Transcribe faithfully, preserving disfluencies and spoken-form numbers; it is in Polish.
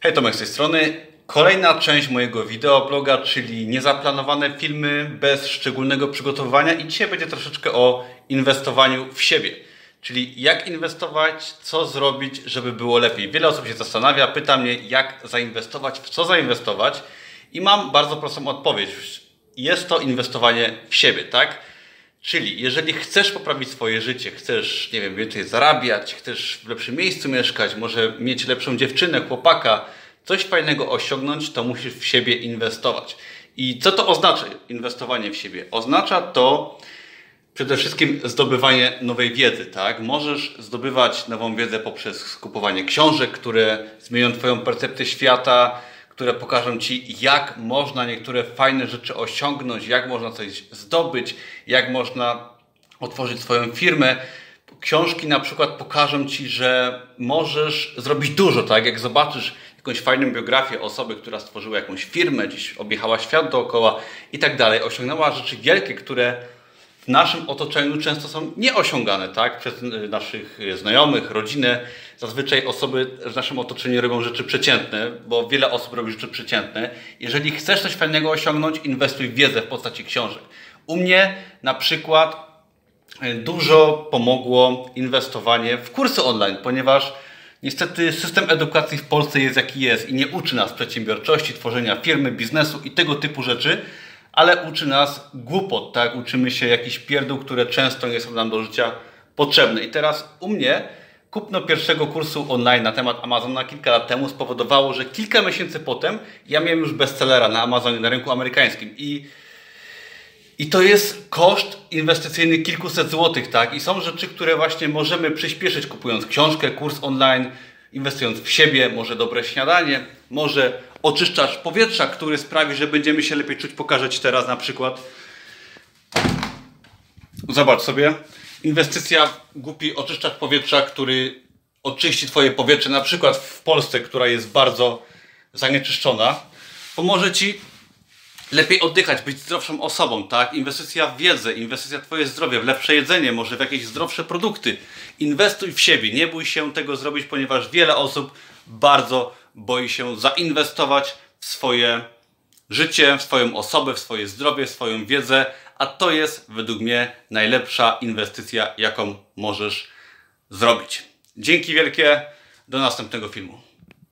Hej, Tomek z tej strony. Kolejna część mojego wideobloga, czyli niezaplanowane filmy bez szczególnego przygotowania i dzisiaj będzie troszeczkę o inwestowaniu w siebie. Czyli jak inwestować, co zrobić, żeby było lepiej. Wiele osób się zastanawia, pyta mnie, jak zainwestować, w co zainwestować i mam bardzo prostą odpowiedź. Jest to inwestowanie w siebie, tak? Czyli jeżeli chcesz poprawić swoje życie, chcesz, nie wiem, więcej zarabiać, chcesz w lepszym miejscu mieszkać, może mieć lepszą dziewczynę, chłopaka, coś fajnego osiągnąć, to musisz w siebie inwestować. I co to oznacza inwestowanie w siebie? Oznacza to przede wszystkim zdobywanie nowej wiedzy, tak? Możesz zdobywać nową wiedzę poprzez kupowanie książek, które zmienią Twoją percepcję świata, które pokażą Ci, jak można niektóre fajne rzeczy osiągnąć, jak można coś zdobyć, jak można otworzyć swoją firmę. Książki na przykład pokażą Ci, że możesz zrobić dużo, tak? Jak zobaczysz jakąś fajną biografię osoby, która stworzyła jakąś firmę, gdzieś objechała świat dookoła i tak dalej, osiągnęła rzeczy wielkie, które w naszym otoczeniu często są nieosiągane, tak? Przez naszych znajomych, rodzinę. Zazwyczaj osoby w naszym otoczeniu robią rzeczy przeciętne, bo wiele osób robi rzeczy przeciętne. Jeżeli chcesz coś fajnego osiągnąć, inwestuj w wiedzę w postaci książek. U mnie na przykład dużo pomogło inwestowanie w kursy online, ponieważ niestety system edukacji w Polsce jest jaki jest i nie uczy nas przedsiębiorczości, tworzenia firmy, biznesu i tego typu rzeczy, ale uczy nas głupot, tak? Uczymy się jakichś pierdół, które często nie są nam do życia potrzebne. I teraz u mnie kupno pierwszego kursu online na temat Amazona kilka lat temu spowodowało, że kilka miesięcy potem ja miałem już bestsellera na Amazonie, na rynku amerykańskim. I, i to jest koszt inwestycyjny kilkuset złotych, tak? I są rzeczy, które właśnie możemy przyspieszyć kupując książkę, kurs online, inwestując w siebie, może dobre śniadanie, może oczyszczacz powietrza, który sprawi, że będziemy się lepiej czuć. Pokażę Ci teraz na przykład. Zobacz sobie. Inwestycja w głupi oczyszczacz powietrza, który oczyści Twoje powietrze, na przykład w Polsce, która jest bardzo zanieczyszczona, pomoże Ci lepiej oddychać, być zdrowszą osobą, tak? Inwestycja w wiedzę, inwestycja w Twoje zdrowie, w lepsze jedzenie, może w jakieś zdrowsze produkty. Inwestuj w siebie, nie bój się tego zrobić, ponieważ wiele osób bardzo boi się zainwestować w swoje życie, w swoją osobę, w swoje zdrowie, w swoją wiedzę, a to jest według mnie najlepsza inwestycja, jaką możesz zrobić. Dzięki wielkie, do następnego filmu.